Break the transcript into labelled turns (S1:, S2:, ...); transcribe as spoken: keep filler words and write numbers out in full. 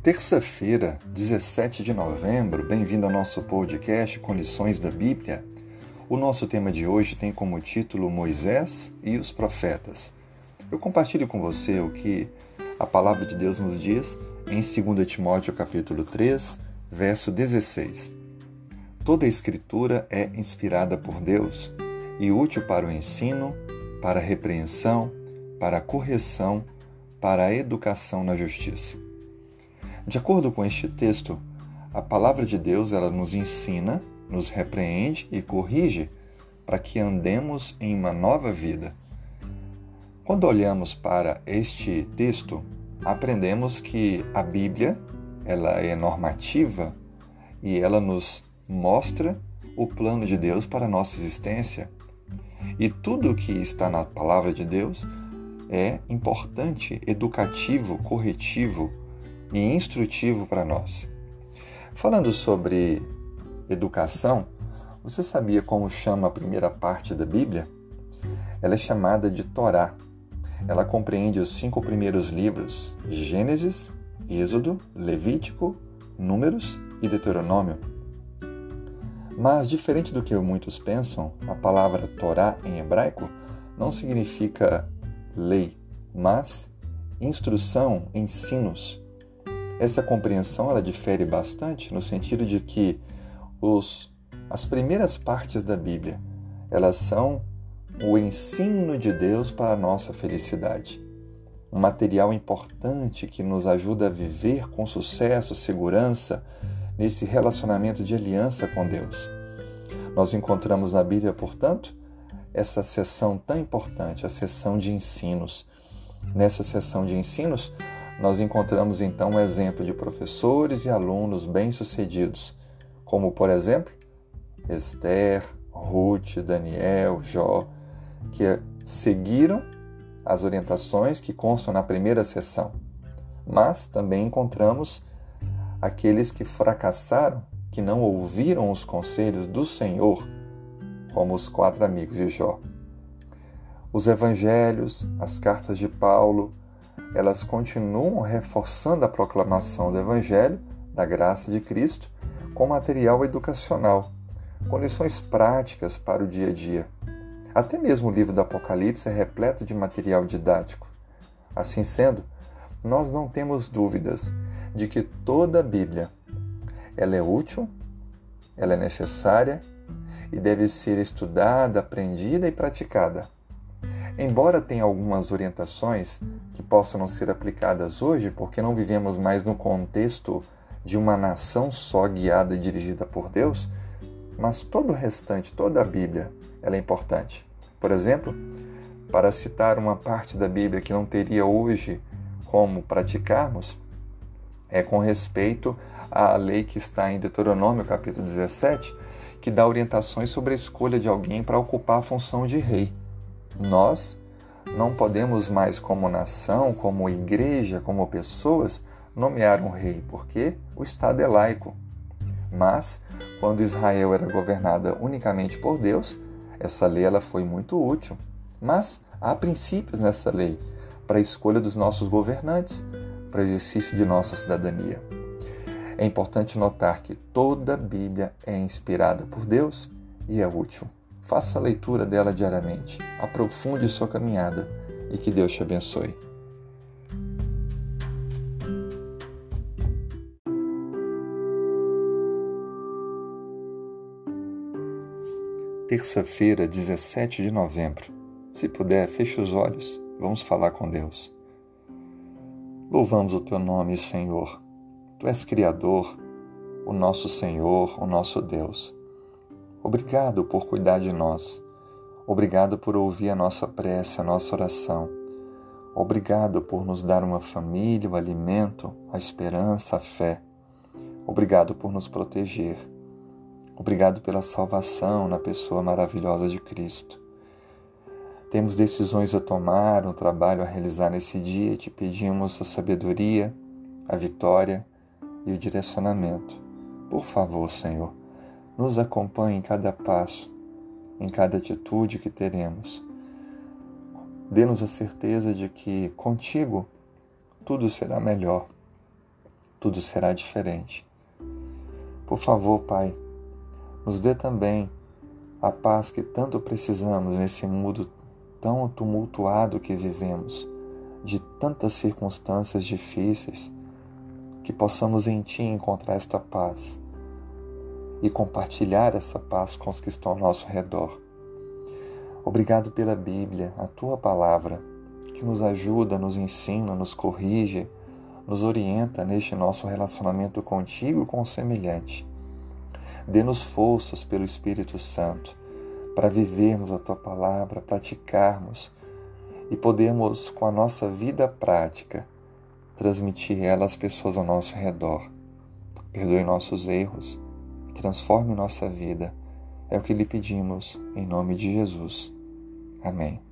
S1: Terça-feira, dezessete de novembro, bem-vindo ao nosso podcast com lições da Bíblia. O nosso tema de hoje tem como título Moisés e os Profetas. Eu compartilho com você o que a palavra de Deus nos diz em dois Timóteo capítulo três, verso dezesseis. Toda a Escritura é inspirada por Deus e útil para o ensino, para a repreensão, para a correção, para a educação na justiça. De acordo com este texto, a palavra de Deus ela nos ensina, nos repreende e corrige para que andemos em uma nova vida. Quando olhamos para este texto, aprendemos que a Bíblia ela é normativa e ela nos mostra o plano de Deus para a nossa existência. E tudo o que está na palavra de Deus é importante, educativo, corretivo e instrutivo para nós. Falando sobre educação, você sabia como chama a primeira parte da Bíblia? Ela é chamada de Torá. Ela compreende os cinco primeiros livros, Gênesis, Êxodo, Levítico, Números e Deuteronômio. Mas, diferente do que muitos pensam, a palavra Torá em hebraico não significa lei, mas instrução, ensinos. Essa compreensão ela difere bastante no sentido de que os, as primeiras partes da Bíblia elas são o ensino de Deus para a nossa felicidade. Um material importante que nos ajuda a viver com sucesso, segurança, nesse relacionamento de aliança com Deus. Nós encontramos na Bíblia, portanto, essa seção tão importante, a seção de ensinos. Nessa seção de ensinos, nós encontramos então um exemplo de professores e alunos bem-sucedidos, como, por exemplo, Esther, Ruth, Daniel, Jó, que seguiram as orientações que constam na primeira seção. Mas também encontramos aqueles que fracassaram, que não ouviram os conselhos do Senhor, como os quatro amigos de Jó. Os evangelhos, as cartas de Paulo, elas continuam reforçando a proclamação do Evangelho, da graça de Cristo, com material educacional, com lições práticas para o dia a dia. Até mesmo o livro do Apocalipse é repleto de material didático. Assim sendo, nós não temos dúvidas de que toda a Bíblia ela é útil, ela é necessária e deve ser estudada, aprendida e praticada. Embora tenha algumas orientações que possam não ser aplicadas hoje, porque não vivemos mais no contexto de uma nação só guiada e dirigida por Deus, mas todo o restante, toda a Bíblia, ela é importante. Por exemplo, para citar uma parte da Bíblia que não teria hoje como praticarmos, é com respeito à lei que está em Deuteronômio, capítulo dezessete, que dá orientações sobre a escolha de alguém para ocupar a função de rei. Nós não podemos mais, como nação, como igreja, como pessoas, nomear um rei, porque o Estado é laico. Mas, quando Israel era governada unicamente por Deus, essa lei ela foi muito útil. Mas há princípios nessa lei para a escolha dos nossos governantes, para o exercício de nossa cidadania. É importante notar que toda a Bíblia é inspirada por Deus e é útil. Faça a leitura dela diariamente, aprofunde sua caminhada e que Deus te abençoe. Terça-feira, dezessete de novembro. Se puder, feche os olhos, vamos falar com Deus. Louvamos o Teu nome, Senhor. Tu és Criador, o nosso Senhor, o nosso Deus. Obrigado por cuidar de nós. Obrigado por ouvir a nossa prece, a nossa oração. Obrigado por nos dar uma família, o alimento, a esperança, a fé. Obrigado por nos proteger. Obrigado pela salvação na pessoa maravilhosa de Cristo. Temos decisões a tomar, um trabalho a realizar nesse dia e te pedimos a sabedoria, a vitória e o direcionamento. Por favor, Senhor, nos acompanhe em cada passo, em cada atitude que teremos. Dê-nos a certeza de que contigo tudo será melhor. tudo será diferente. Por favor, Pai, nos dê também a paz que tanto precisamos nesse mundo tão tumultuado que vivemos, de tantas circunstâncias difíceis, que possamos em Ti encontrar esta paz e compartilhar essa paz com os que estão ao nosso redor. Obrigado pela Bíblia, a Tua palavra, que nos ajuda, nos ensina, nos corrige, nos orienta neste nosso relacionamento contigo e com o semelhante. Dê-nos forças pelo Espírito Santo para vivermos a Tua palavra, praticarmos e podermos, com a nossa vida prática, transmitir ela às pessoas ao nosso redor. Perdoe nossos erros e transforme nossa vida. É o que lhe pedimos, em nome de Jesus. Amém.